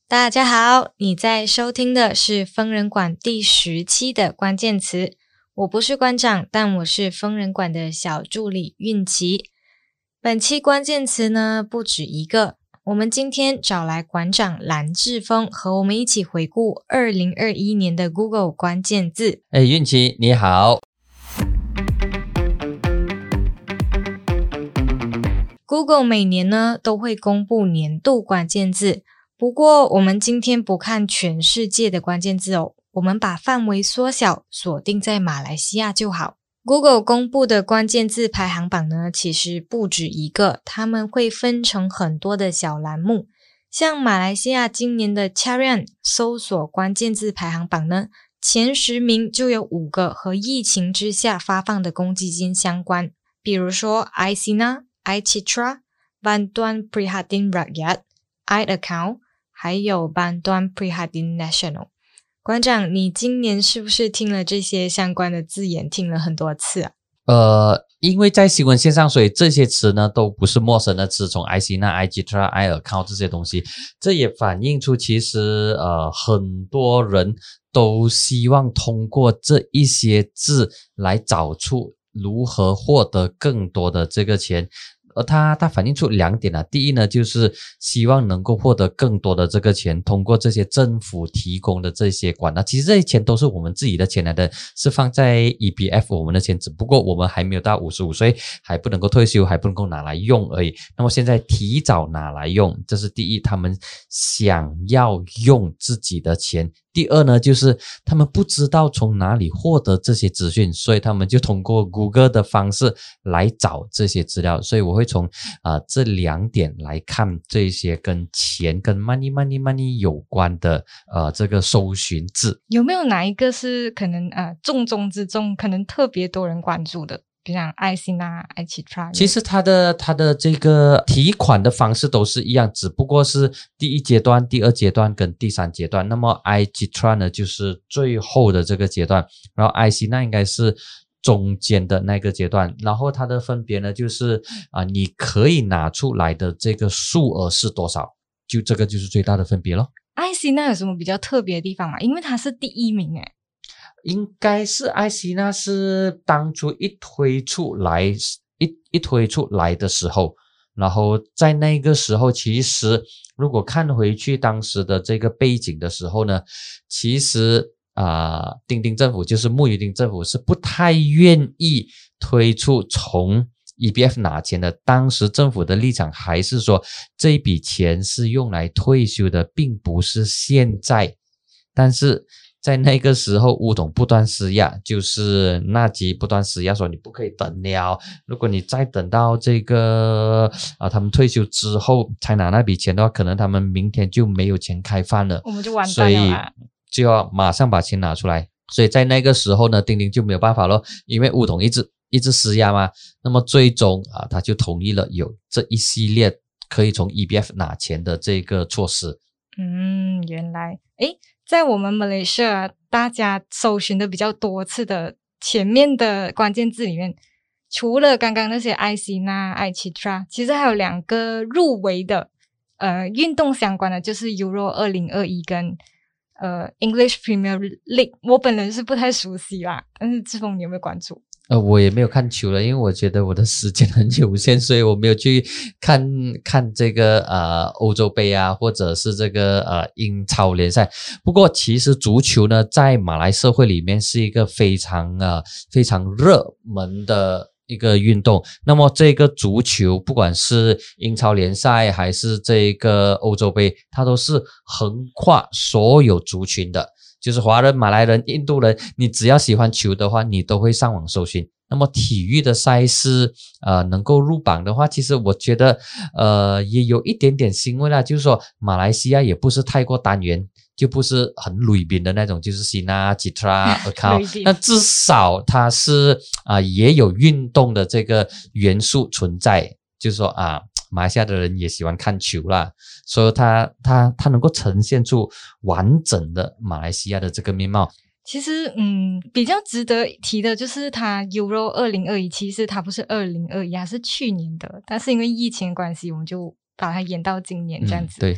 大家好，你在收听的是疯人馆第10期的关键词。我不是馆长，但我是疯人馆的小助理韵琪。本期关键词呢不止一个，我们今天找来馆长蓝志峰和我们一起回顾2021年的 Google 关键字。 韵琪你好。 Google 每年呢都会公布年度关键字，不过我们今天不看全世界的关键字哦，我们把范围缩小，锁定在马来西亚就好。Google 公布的关键字排行榜呢，其实不止一个，他们会分成很多的小栏目。像马来西亚今年的 Carian 搜索关键字排行榜呢，前10名就有5个和疫情之下发放的公积金相关，比如说 iCitra、iCitra、Bantuan Prihatin Rakyat、iAccount 还有 Bantuan Prihatin Nasional。 馆长，你今年是不是听了这些相关的字眼听了很多次啊？ 因为在新闻线上，所以这些词呢都不是陌生的词，从 iCitra、iCitra、iAccount 这些东西，这也反映出其实很多人都希望通过这一些字来找出如何获得更多的这个钱。它反映出2点啊，第一呢就是希望能够获得更多的这个钱，通过这些政府提供的这些管道，其实这些钱都是我们自己的钱来的，是放在 EPF 我们的钱，只不过我们还没有到55岁，还不能够退休，还不能够拿来用而已。那么现在提早拿来用，这是第一，他们想要用自己的钱。第二呢，就是他们不知道从哪里获得这些资讯，所以他们就通过 Google 的方式来找这些资料。所以我会从这2点来看这些跟钱跟 money 有关的这个搜寻字。 有没有哪一个是可能重中之重，可能特别多人关注的？比如像iCitra， 其实它的这个提款的方式都是一样，只不过是第1阶段、第2阶段跟第3阶段。那么 iCitra 呢就是最后的这个阶段，然后 iCitra 应该是中间的那个阶段，然后它的分别呢就是你可以拿出来的这个数额是多少，就这个就是最大的分别咯。 iCitra 有什么比较特别的地方吗？因为它是第1名诶。 应该是iCitra是当初一推出来的时候，然后在那个时候其实如果看回去当时的这个背景的时候呢，其实丁丁政府就是穆尤丁政府是不太愿意推出从 EPF 拿钱的，当时政府的立场还是说这一笔钱是用来退休的，并不是现在。但是在那个时候巫统不断施压，就是纳吉不断施压说你不可以等了，如果你再等到这个他们退休之后才拿那笔钱的话，可能他们明天就没有钱开饭了， 我们就完蛋了，所以就要马上把钱拿出来。所以在那个时候呢，丁丁就没有办法咯，因为巫统一直施压嘛，那么最终他就同意了有这一系列可以从 EPF 拿钱的这个措施。 原来在我们马来西亚大家搜寻的比较多次的前面的关键字里面，除了刚刚那些 iCitra，其实还有2个入围的运动相关的，就是 Euro 2021跟English Premier League。 我本人是不太熟悉啦，但是志峰你有没有关注？ 我也没有看球了，因为我觉得我的时间很有限，所以我没有去看这个欧洲杯啊，或者是这个英超联赛。不过其实足球呢在马来社会里面是一个非常热门的一个运动。那么这个足球不管是英超联赛还是这个欧洲杯，它都是横跨所有族群的，就是华人、马来人、印度人，你只要喜欢球的话，你都会上网搜寻。那么体育的赛事能够入榜的话，其实我觉得也有一点点欣慰啦，就是说马来西亚也不是太过单元，就不是很累bin的那种，就是iCitra、iAccount 那至少它是也有运动的这个元素存在，就是说马来西亚的人也喜欢看球啦，所以它能够呈现出完整的马来西亚的这个面貌。 其实比较值得提的就是它 Euro 2021，其实它不是2021，它是去年的，但是因为疫情的关系，我们就把它延到今年这样子。 对。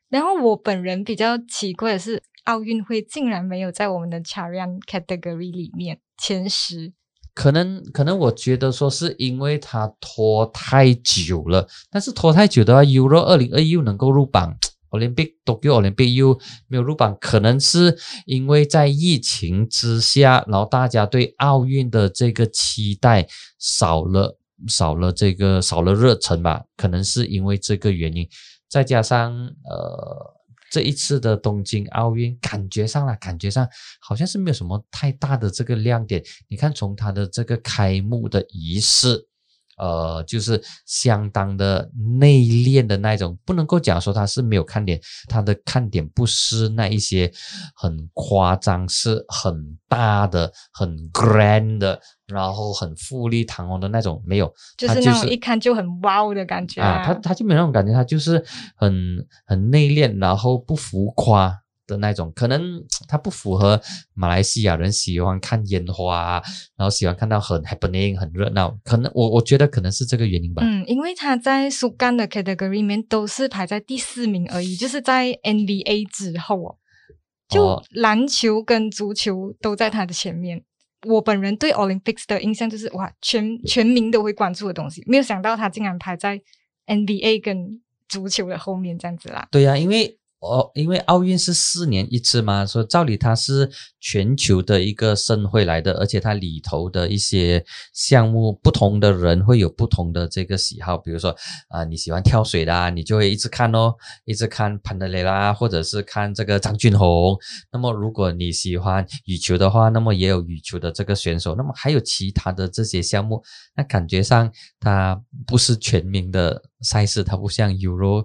然后我本人比较奇怪的是，奥运会竟然没有在我们的 Charian category 里面前10。 可能我觉得说是因为它拖太久了，但是拖太久的话 Euro 2021又能够入榜，Olympic Tokyo Olympic 又没有入榜，可能是因为在疫情之下，然后大家对奥运的这个期待少了热忱吧，可能是因为这个原因，再加上这一次的东京奥运感觉上好像是没有什么太大的这个亮点。你看从它的这个开幕的仪式就是相当的内敛的那种，不能够讲说它是没有看点，它的看点不是那一些很夸张，是很大的很 grand 的，然后很富丽堂皇的那种，没有， 就是那种一看就很 wow 的感觉啊，它就没有那种感觉，它就是很内敛，然后不浮夸的那种，可能它不符合马来西亚人喜欢看烟花然后喜欢看到很 happening 很热闹，可能我觉得可能是这个原因吧。 因为它在苏干的 category 里面都是排在第4名而已，就是在 NBA 之后就篮球跟足球都在它的前面。我本人对 Olympics 的印象就是哇，全民都会关注的东西，没有想到它竟然排在 NBA 跟足球的后面这样子啦。 对呀，因为奥运是4年一次嘛，所以照理它是全球的一个盛会来的，而且它里头的一些项目，不同的人会有不同的这个喜好，比如说你喜欢跳水的你就会一直看一直看潘德雷拉，或者是看这个张俊宏。那么如果你喜欢羽球的话，那么也有羽球的这个选手，那么还有其他的这些项目，那感觉上它不是全民的赛事，它不像 Euro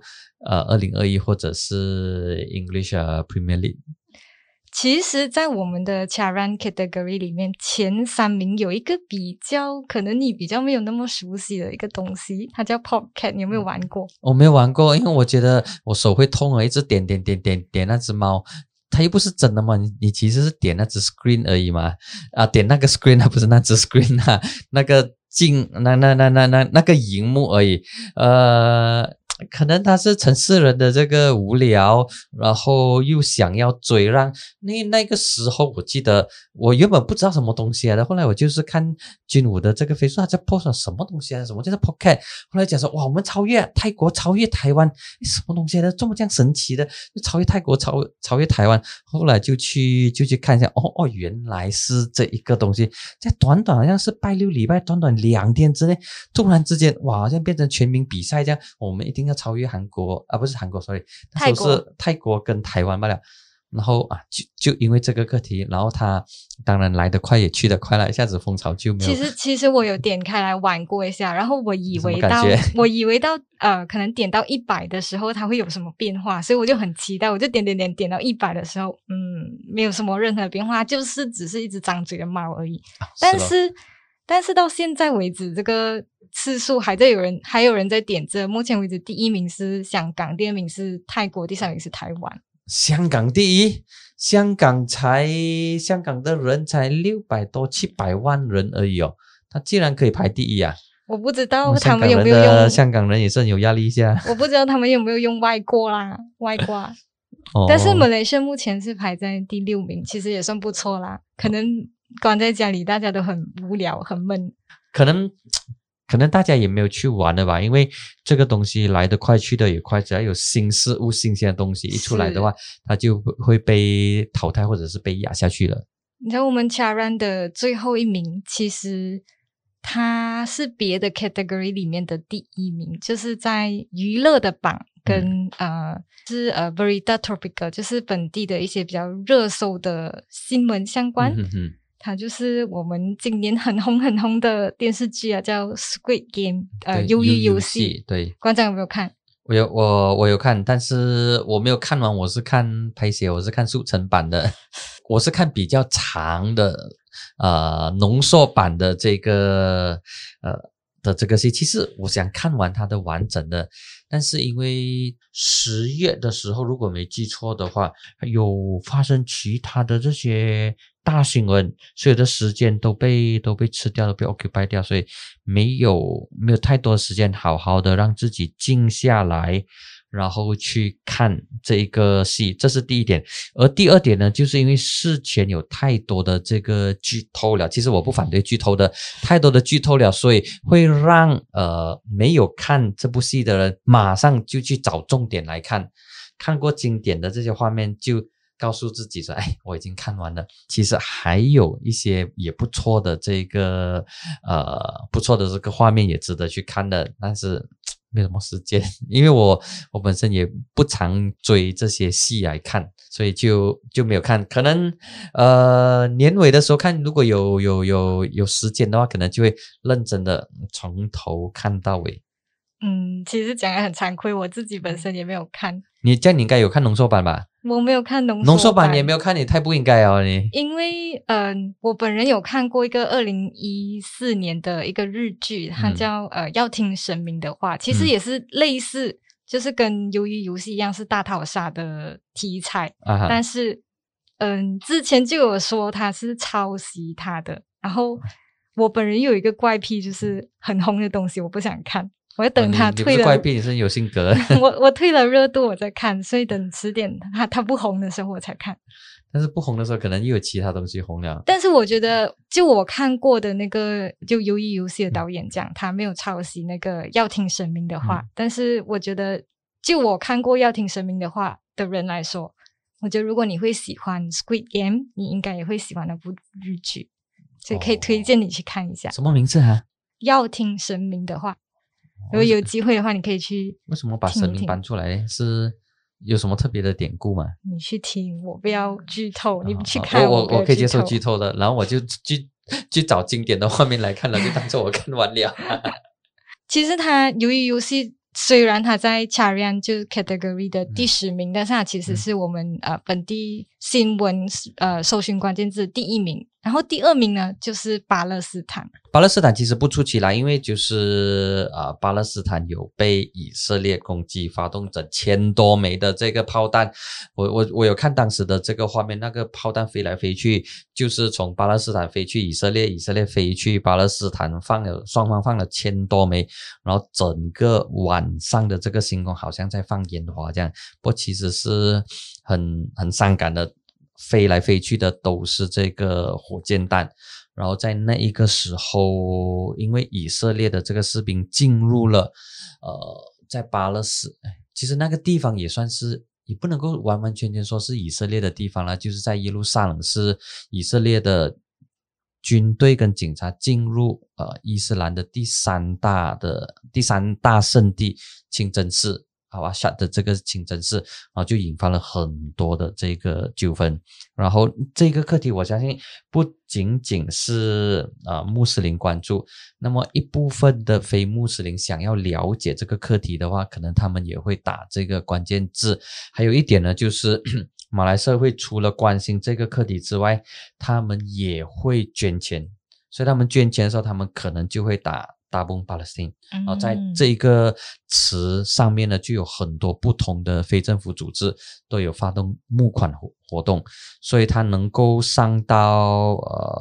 2021或者是 English Premier League。 其实在我们的 Charian category 里面，前3名有一个可能你比较没有那么熟悉的一个东西，它叫 Popcat， 你有没有玩过？ 我没有玩过，因为我觉得我手会痛一直点那只猫，它又不是真的嘛，你其实是点那只 screen 而已嘛，点那个 screen 不是那只 screen 那个镜那个荧幕而已，可能他是城市人的这个无聊，然后又想要追，让那个时候我记得我原本不知道什么东西的，后来我就是看军武的这个 Facebook 他在 post 什么东西什么叫做 Podcast， 后来讲说哇我们超越泰国超越台湾，什么东西的这么这样神奇的，超越泰国超越台湾，后来就去看一下原来是这一个东西，在短好像是拜6礼拜短2天之内，突然之间哇好像变成全民比赛这样，我们一定要超越韩国不是韩国 sorry， 那时候是泰国跟台湾罢了。然后就因为这个课题，然后他当然来得快也去得快了，一下子风潮就没有。 其实我有点开来玩过一下，然后我以为到可能点到100的时候它会有什么变化，所以我就很期待，我就点到100的时候，没有什么任何变化，就是只是一直张嘴的猫而已。但是到现在为止，这个次数还有人在点这，目前为止第1名是香港，第2名是泰国，第3名是台湾。 香港第一，香港的人才600多700万人而已他竟然可以排第1啊！ 我不知道他们有没有用， 香港人也是很有压力一下。 我不知道他们有没有用外挂但是马来西亚目前是排在第6名，其实也算不错啦。可能关在家里大家都很无聊很闷， 可能大家也没有去玩了吧，因为这个东西来得快去得也快，只要有新事物新鲜的东西一出来的话，它就会被淘汰或者是被压下去了。 你知道我们 Charian 的最后1名其实它是别的 category 里面的第1名，就是在娱乐的榜跟是Berita Tropika， 就是本地的一些比较热搜的新闻相关。它就是我们今年很红的电视剧叫 Squid Game， 鱿鱼游戏。对，馆长有没有看？ 我有看，但是我没有看完，我是看拍写，我是看速成版的，我是看比较长的浓缩版的这个戏。其实我想看完它的完整的，但是因为10月的时候如果没记错的话，有发生其他的这些大新闻，所有的时间都被吃掉了，被 occupy 掉，所以没有太多时间好好的让自己静下来， 然后去看这一个戏，这是第一点。而第二点呢，就是因为事前有太多的这个剧透了，其实我不反对剧透的，太多的剧透了，所以会让没有看这部戏的人马上就去找重点来看，看过经典的这些画面就告诉自己说，哎，我已经看完了。其实还有一些也不错的这个不错的这个画面也值得去看的，但是没有什么时间，因为我本身也不常追这些戏来看，所以就没有看。可能年尾的时候看，如果有时间的话，可能就会认真的从头看到尾。 其实讲得很惭愧，我自己本身也没有看。 你这样你应该有看浓缩版吧？ 我没有看浓缩版，你也没有看，你太不应该哦你。 因为我本人有看过一个2014年的一个日剧，它叫要听神明的话，其实也是类似，就是跟鱿鱼游戏一样是大逃杀的题材，但是之前就有说它是抄袭它的，然后我本人有一个怪癖，就是很红的东西我不想看。我要等它退了， 你不是怪癖，你是有性格。 我退了热度我再看，所以等迟点它不红的时候我才看。 但是不红的时候可能又有其他东西红了。 但是我觉得就我看过的那个就鱿鱼游戏的导演讲，他没有抄袭那个要听神明的话，但是我觉得就我看过要听神明的话的人来说，我觉得如果你会喜欢 Squid Game， 你应该也会喜欢那部日剧，所以可以推荐你去看一下。 什么名字啊？ 要听神明的话。如果有机会的话，你可以去。 为什么把神明搬出来？是有什么特别的典故吗？ 你去听，我不要剧透，你去看。 我可以接受剧透的，然后我就去找经典的画面来看了，就当做我看完了。 其实它鱿鱼游戏虽然它在 Charian 就是 category 的第10名，但是它其实是我们本地新闻搜寻关键字第1名。然后第2名呢，就是巴勒斯坦。 巴勒斯坦其实不出奇啦，因为就是巴勒斯坦有被以色列攻击，发动整1000多枚的这个炮弹。我有看当时的这个画面，那个炮弹飞来飞去，就是从巴勒斯坦飞去以色列，以色列飞去巴勒斯坦，双方放了1000多枚，然后整个晚上的这个星空好像在放烟花这样。不过其实是很伤感的。飞来飞去的都是这个火箭弹，然后在那一个时候，因为以色列的这个士兵进入了在巴勒斯坦，其实那个地方也算是也不能够完完全全说是以色列的地方啦，就是在耶路撒冷是以色列的军队跟警察进入伊斯兰的第三大圣地清真寺Al-Aqsa的这个清真寺，然后就引发了很多的这个纠纷。然后这个课题我相信不仅仅是穆斯林关注，那么一部分的非穆斯林想要了解这个课题的话，可能他们也会打这个关键字。还有一点呢，就是马来社会除了关心这个课题之外，他们也会捐钱，所以他们捐钱的时候，他们可能就会打Tabung Palestine， 然后在这一个词上面呢，就有很多不同的非政府组织都有发动募款活动，所以它能够上到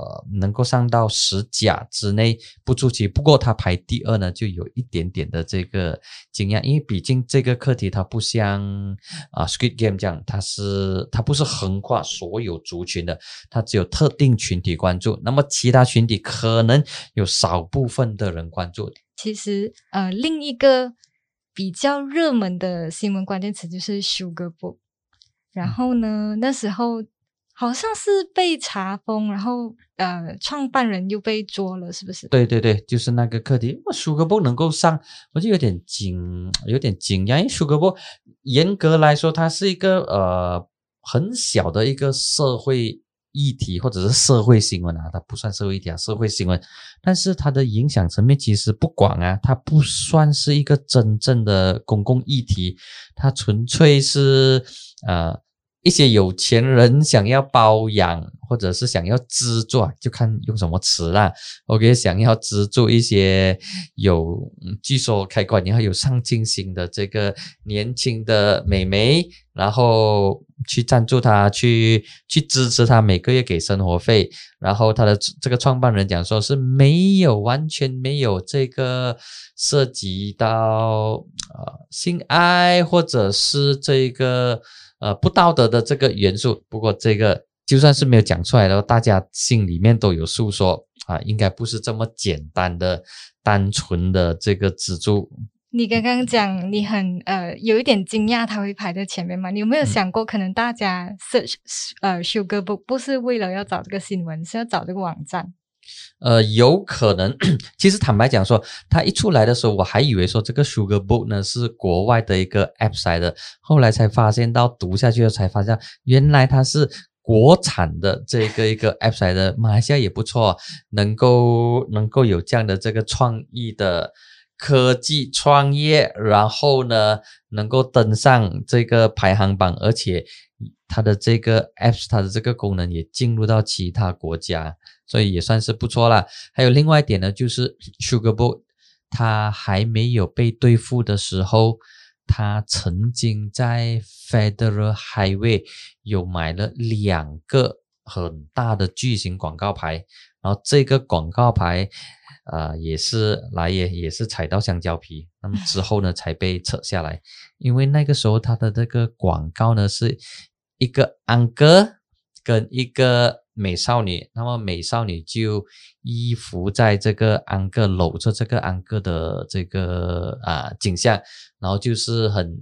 10甲之内不出奇。不过它排第2呢，就有一点点的这个惊讶，因为毕竟这个课题它不像Squid Game 这样，它不是横跨所有族群的，它只有特定群体关注，那么其他群体可能有少部分的人关注。 其实另一个比较热门的新闻关键词就是 Sugar Book， 然后呢那时候好像是被查封，然后创办人又被捉了，是不是？ 对对对，就是那个课题。Sugar Book 能够上，我就有点惊讶，因为 Sugar Book 严格来说它是一个很小的一个社会议题或者是社会新闻它不算社会议题社会新闻，但是它的影响层面其实不广它不算是一个真正的公共议题，它纯粹是一些有钱人想要包养或者是想要资助就看用什么词啦 OK 想要资助一些有据说开关然后有上进心的这个年轻的美眉，然后去赞助她，去支持她每个月给生活费，然后他的这个创办人讲说是完全没有这个涉及到性爱或者是这个不道德的这个元素，不过这个就算是没有讲出来的，大家心里面都有数说应该不是这么简单的单纯的这个资助。 你刚刚讲你很有一点惊讶他会排在前面嘛？你有没有想过可能大家 search Sugar Book 不是为了要找这个新闻，是要找这个网站？ 有可能其实坦白讲说他一出来的时候我还以为说这个 Sugar Book 呢是国外的一个 app 来的，后来才发现到读下去才发现原来它是国产的这个一个 app 来的。马来西亚也不错，能够有这样的这个创意的科技创业，然后呢能够登上这个排行榜，而且它的这个 apps 它的这个功能也进入到其他国家，所以也算是不错啦。还有另外一点呢，就是 Sugar Book 它还没有被对付的时候，他曾经在 Federal Highway 有买了2个很大的巨型广告牌，然后这个广告牌也是踩到香蕉皮，那么之后呢才被撤下来，因为那个时候他的这个广告呢是一个安哥跟一个美少女，那么美少女就依附在这个安哥，搂着这个安哥的这个景象，然后就是很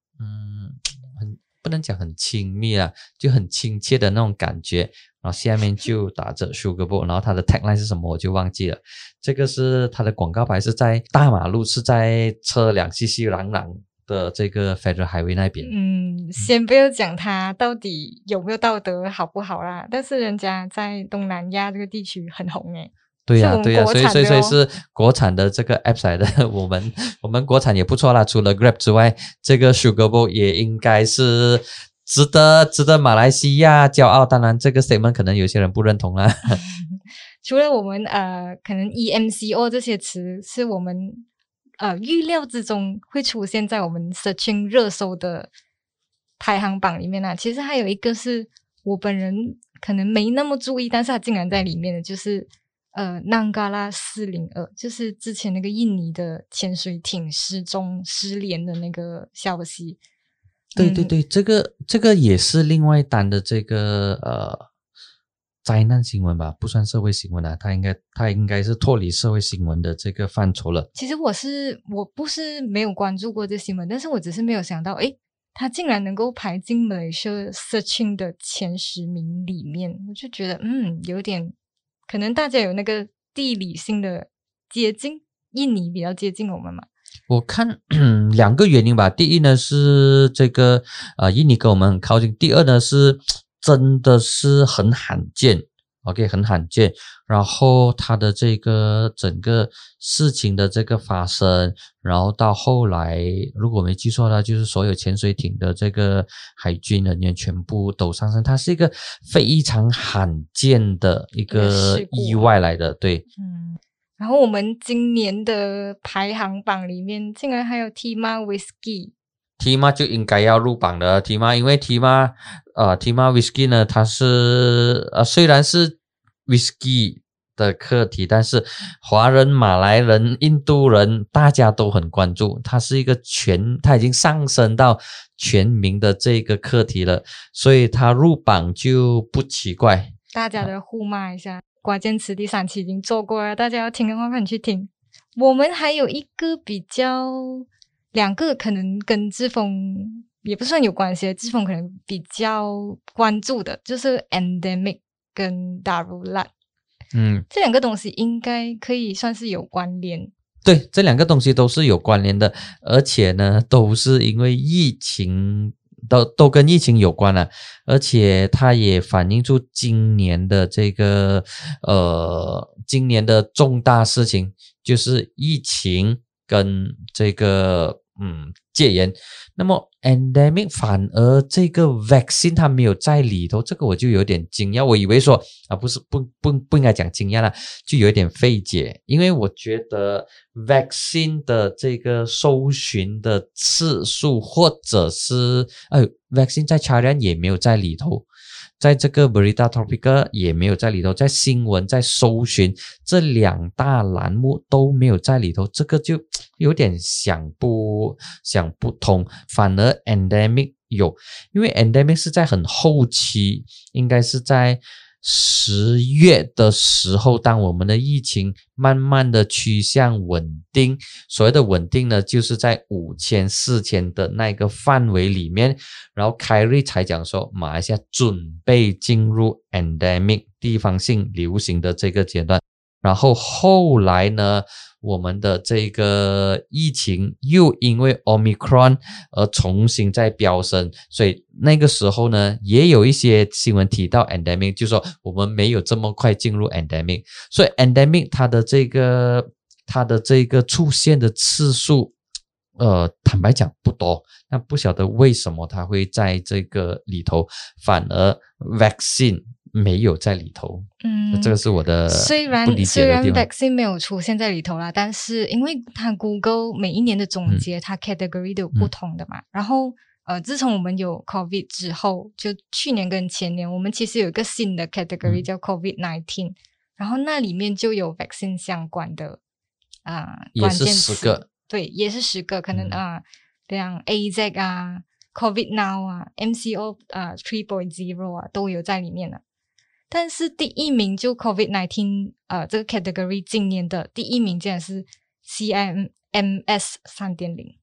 不能讲很亲密啦，就很亲切的那种感觉，然后下面就打着 Sugar Book， 然后它的 tagline 是什么我就忘记了。这个是它的广告牌，是在大马路，是在车辆熙熙攘攘的这个 Federal Highway 那边。 先不要讲它到底有没有道德好不好啦，但是人家在东南亚这个地区很红诶。 对呀，所以是国产的这个 app 来的。我们国产也不错啦，除了 Grab 之外，这个 Sugar Book 也应该是值得马来西亚骄傲。当然这个 statement 可能有些人不认同啦。 除了我们可能 EMCO 这些词是我们预料之中会出现在我们 searching 热搜的排行榜里面其实还有一个是我本人可能没那么注意，但是它竟然在里面的就是Nanggala 402，就是之前那个印尼的潜水艇失联的那个消息。 对，这个也是另外一单的这个灾难新闻吧，不算社会新闻它应该是脱离社会新闻的这个范畴了。 其实我不是没有关注过这新闻，但是我只是没有想到它竟然能够排进 Malaysia Searching 的前10名里面，我就觉得有点可能大家有那个地理性的接近，印尼比较接近我们嘛。 我看2个原因吧，第一呢是这个印尼跟我们很靠近，第二呢是真的是很罕见 OK 很罕见，然后它的这个整个事情的这个发生，然后到后来如果没记错的话，就是所有潜水艇的这个海军人员全部都上升，它是一个非常罕见的一个意外来的。对， 然后我们今年的排行榜里面竟然还有 Tima Whisky。Tima 就应该要入榜的 Tima， 因为 Tima Whisky 呢，它是虽然是 Whisky 的课题，但是华人、马来人、印度人大家都很关注，它是一个它已经上升到全民的这个课题了，所以它入榜就不奇怪。 大家的互骂一下，关键词第3期已经做过了，大家要听的话快点去听。我们还有一个2个可能跟志峰也不算有关系，志峰可能比较关注的就是 Endemic 跟 Darurat。这2个东西应该可以算是有关联。 对，这2个东西都是有关联的，而且呢都是因为疫情都跟疫情有关了，而且它也反映出今年的这个重大事情，就是疫情跟这个戒严。那么 endemic 反而这个 vaccine 它没有在里头，这个我就有点惊讶。我以为说不应该讲惊讶啦，就有一点费解，因为我觉得 vaccine 的这个搜寻的次数，或者是vaccine 在 China 也没有在里头。在这个 Berita Topika 也没有在里头，在新闻在搜寻这2大栏目都没有在里头，这个就有点想不通。反而 endemic 有，因为 endemic 是在很后期，应该是在10月的时候，当我们的疫情慢慢的趋向稳定，所谓的稳定呢，就是在5000、4000的那个范围里面，然后凯瑞才讲说马来西亚准备进入 endemic 地方性流行的这个阶段。然后后来呢，我们的这个疫情又因为 Omicron 而重新再飙升，所以那个时候呢，也有一些新闻提到 endemic， 就说我们没有这么快进入 endemic， 所以 endemic 它的这个出现的次数坦白讲不多，那不晓得为什么它会在这个里头，反而 vaccine没有在里头。这个是我的不理解的地方。 虽然 vaccine 没有出现在里头啦，但是因为它 Google 每一年的总结，它 category 都有不同的嘛。然后自从我们有 COVID 之后，就去年跟前年，我们其实有一个新的 category 叫 COVID-19，然后那里面就有 vaccine 相关的关键词， 也是10个， 对，也是10个，可能像 AZ 啊 COVID Now 啊 MCO 3.0 啊都有在里面了。但是第一名就 COVID-19 这个 category 今年的第一名竟然是 CIMS 3.0。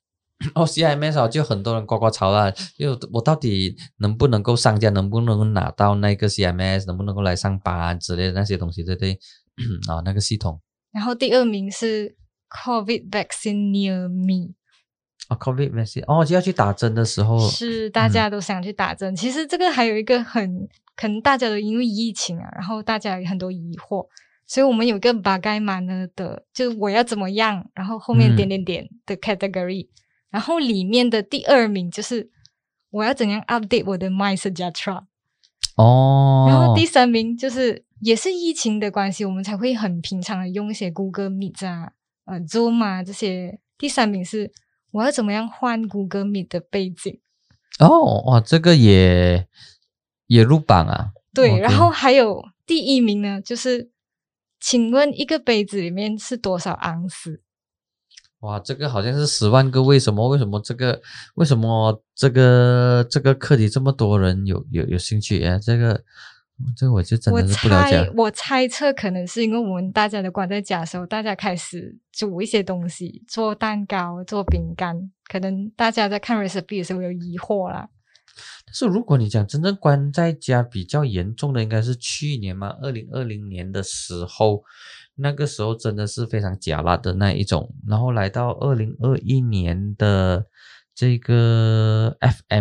CIMS 就很多人呱呱吵了，就我到底能不能够上架，能不能拿到那个 CIMS， 能不能够来上班之类的那些东西，对不对？那个系统。 然后第2名是 COVID vaccine near me。 COVID vaccine 就要去打针的时候， 是大家都想去打针。其实这个还有一个可能大家都因为疫情然后大家有很多疑惑，所以我们有一个 bagaimana 的，就是我要怎么样，然后后面点点点的 category，然后里面的第2名就是我要怎样 update 我的 MySejahtera。然后第3名就是也是疫情的关系，我们才会很平常的用一些 Google Meet Zoom 这些。第3名是我要怎么样换 Google Meet 的背景。 哇，这个也入榜啊。 对， Okay。 然后还有第1名呢，就是请问一个杯子里面是多少盎司？ 哇，这个好像是10万个为什么这个课题这么多人有兴趣这个我就真的是不了解。 我猜测可能是因为我们大家都关在家的时候，大家开始煮一些东西，做蛋糕做饼干，可能大家在看 recipe 的时候有疑惑啦。 但是如果你讲真正关在家比较严重的应该是去年嘛，2020年的时候，那个时候真的是非常假辣的那一种，然后来到2021年的这个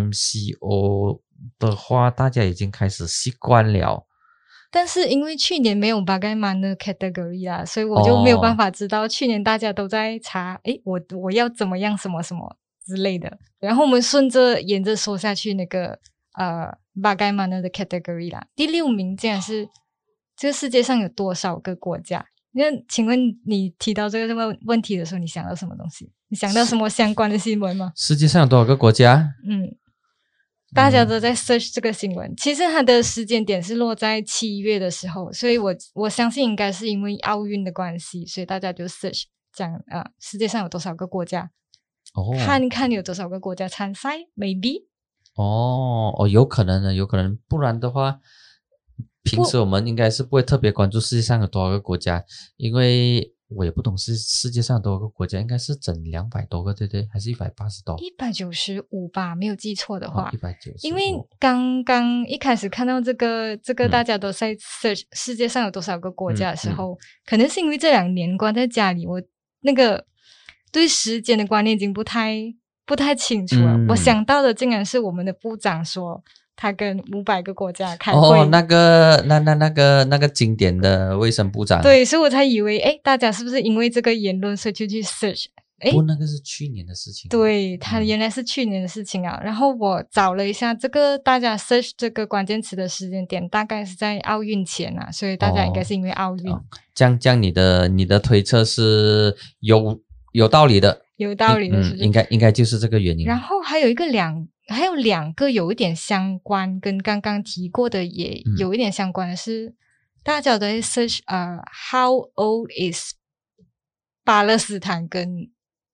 FMCO 的话，大家已经开始习惯了。 但是因为去年没有 bagaimana category 啦，所以我就没有办法知道去年大家都在查我要怎么样什么什么之类的。然后我们沿着说下去那个bagaimana 的 category 啦，第6名竟然是这个世界上有多少个国家。那请问你提到这个问题的时候，你想到什么东西？你想到什么相关的新闻吗？ 世界上有多少个国家？ 大家都在 search 这个新闻。其实它的时间点是落在7月的时候，所以我相信应该是因为奥运的关系，所以大家就 search 讲世界上有多少个国家，看有多少个国家参赛 maybe。 有可能的，有可能，不然的话平时我们应该是不会特别关注世界上有多少个国家，因为我也不懂世界上有多少个国家，应该是整200多个，对不对？还是180多 ？195吧，没有记错的话。 195。 因为刚刚一开始看到这个大家都在 search 世界上有多少个国家的时候，可能是因为这2年关在家里，我那个对时间的观念已经不太清楚了。我想到的竟然是我们的部长说他跟500个国家开会。 那个经典的卫生部长。 对，所以我才以为大家是不是因为这个言论所以就去 search 不，那个是去年的事情。 对，它原来是去年的事情啊。然后我找了一下，这个大家 search 这个关键词的时间点，大概是在奥运前啊，所以大家应该是因为奥运。 这样你的推测是有道理的， 有道理的是不是？ 应该就是这个原因。 然后还有两个有一点相关，跟刚刚提过的也有一点相关的是，大家都在 search how old is 巴勒斯坦跟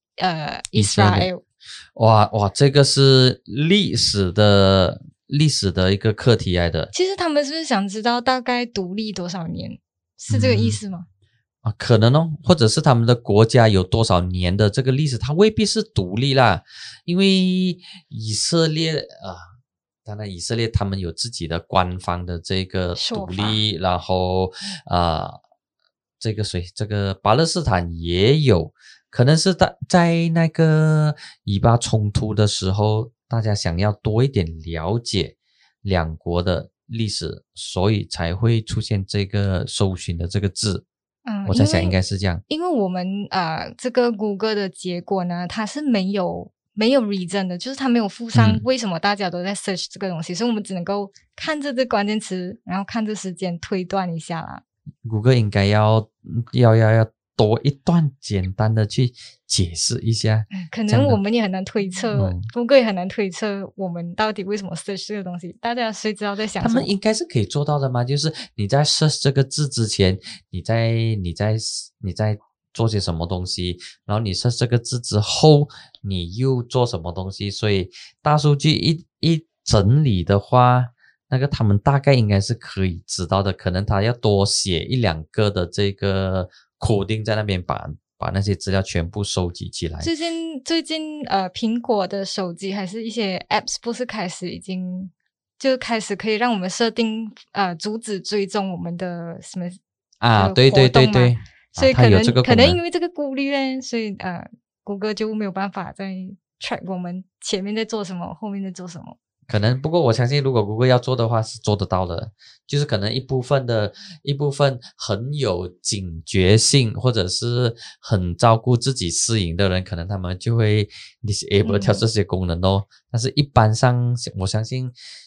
Israel。 哇，这个是历史的一个课题来的。 其实他们是不是想知道大概独立多少年？是这个意思吗？ 可能哦，或者是他们的国家有多少年的这个历史，它未必是独立啦，因为以色列当然以色列他们有自己的官方的这个独立，然后这个巴勒斯坦也有，可能是在那个以巴冲突的时候，大家想要多一点了解两国的历史，所以才会出现这个搜寻的这个字。我在想应该是这样， 因为我们这个谷歌的结果呢，它是没有 reason 的，就是它没有附上为什么大家都在 search 这个东西，所以我们只能够看这个关键词，然后看这时间推断一下啦。 谷歌应该要多一段简单的去解释一下， 可能我们也很难推测，谷歌也很难推测我们到底为什么 search 这个东西，大家谁知道在想什么？ 他们应该是可以做到的吗？就是你在 search 这个字之前，你在做些什么东西，然后你 search 这个字之后，你又做什么东西，所以大数据一整理的话，那个他们大概应该是可以知道的，可能他要多写一两个的这个coding在那边把那些资料全部收集起来。 最近苹果的手机还是一些 apps 不是开始可以让我们设定阻止追踪我们的什么对， 所以可能因为这个顾虑呢，所以谷歌就没有办法再 track 我们前面在做什么，后面在做什么。 可能，不过我相信如果谷歌要做的话是做得到的，就是可能一部分很有警觉性或者是很照顾自己私隐的人，可能他们就会 disable 掉这些功能哦。但是一般上我相信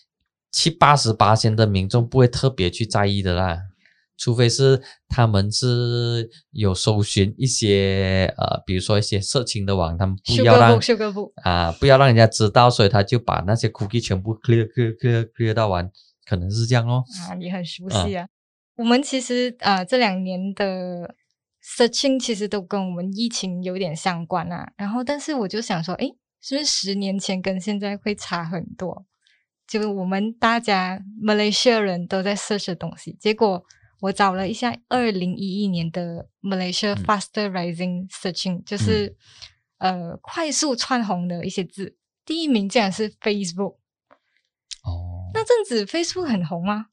70-80% 的民众不会特别去在意的啦，除非是他们是有搜寻一些比如说一些色情的网，他们不要让人家知道，所以他就把那些 cookie 全部 clear 到完，可能是这样哦。 你很熟悉啊。我们其实这2年的 searching 其实都跟我们疫情有点相关啊。然后但是我就想说，是不是10年前跟现在会差很多？就我们大家 Malaysia 人都在 search 的东西，结果我找了一下2011年的 Malaysia Faster Rising Searching，就是快速窜红的一些字，第一名竟然是 Facebook。那阵子 Facebook 很红吗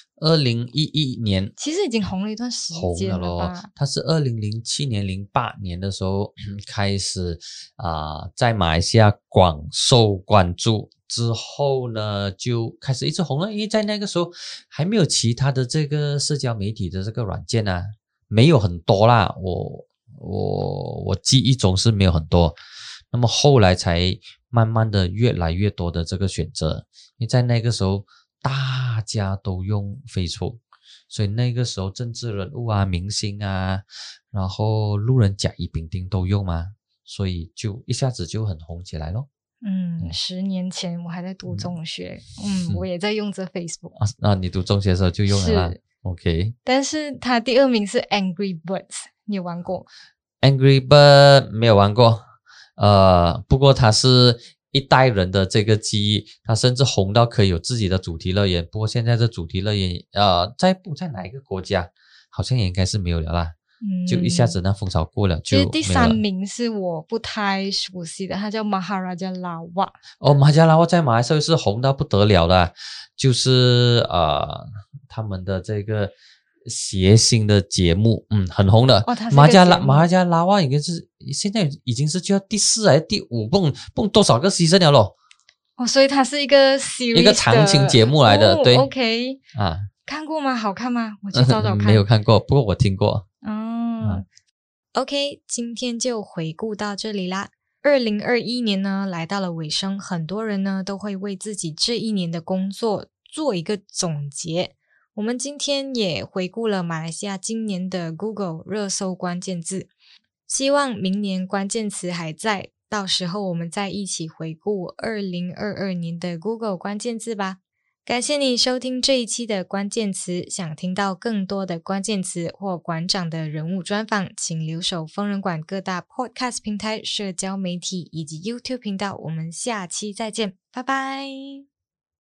？2011年其实已经红了一段时间了吧？ 它是2007年、08年的时候开始在马来西亚广受关注。之后呢，就开始一直红了，因为在那个时候还没有其他的这个社交媒体的这个软件啊，没有很多啦，我记忆中是没有很多，那么后来才慢慢的越来越多的这个选择，因为在那个时候大家都用 Facebook， 所以那个时候政治人物啊、明星啊，然后路人甲乙丙丁都用嘛，所以就一下子就很红起来咯。 10年前我还在读中学，我也在用这 Facebook 你读中学的时候就用了啦。OK， 但是它第2名是 Angry Birds， 你有玩过 Angry Bird 没有玩过，不过它是一代人的这个记忆，它甚至红到可以有自己的主题乐园。不过现在这主题乐园在哪一个国家好像也应该是没有了啦。就一下子那风潮过了就没有了。 其实第3名是我不太熟悉的，它叫 Maharaja Lawak。 Maharaja Lawak 在马来西亚是红到不得了的，就是他们的这个谐星的节目，很红的。Maharaja Lawak 应该是现在已经是就要第4还是第5蹦多少个season了咯。 所以它是一个 series 一个长青节目来的。对 OK 看过吗？好看吗？我去找找看。 没有看过，不过我听过。 OK， 今天就回顾到这里啦。2021年呢来到了尾声，很多人呢都会为自己这一年的工作做一个总结。我们今天也回顾了马来西亚今年的 Google 热搜关键字，希望明年关键词还在，到时候我们再一起回顾2022年的 Google 关键字吧。感谢你收听这一期的关键词，想听到更多的关键词或馆长的人物专访，请留守疯人馆各大 Podcast 平台、社交媒体以及 YouTube 频道。我们下期再见，拜拜。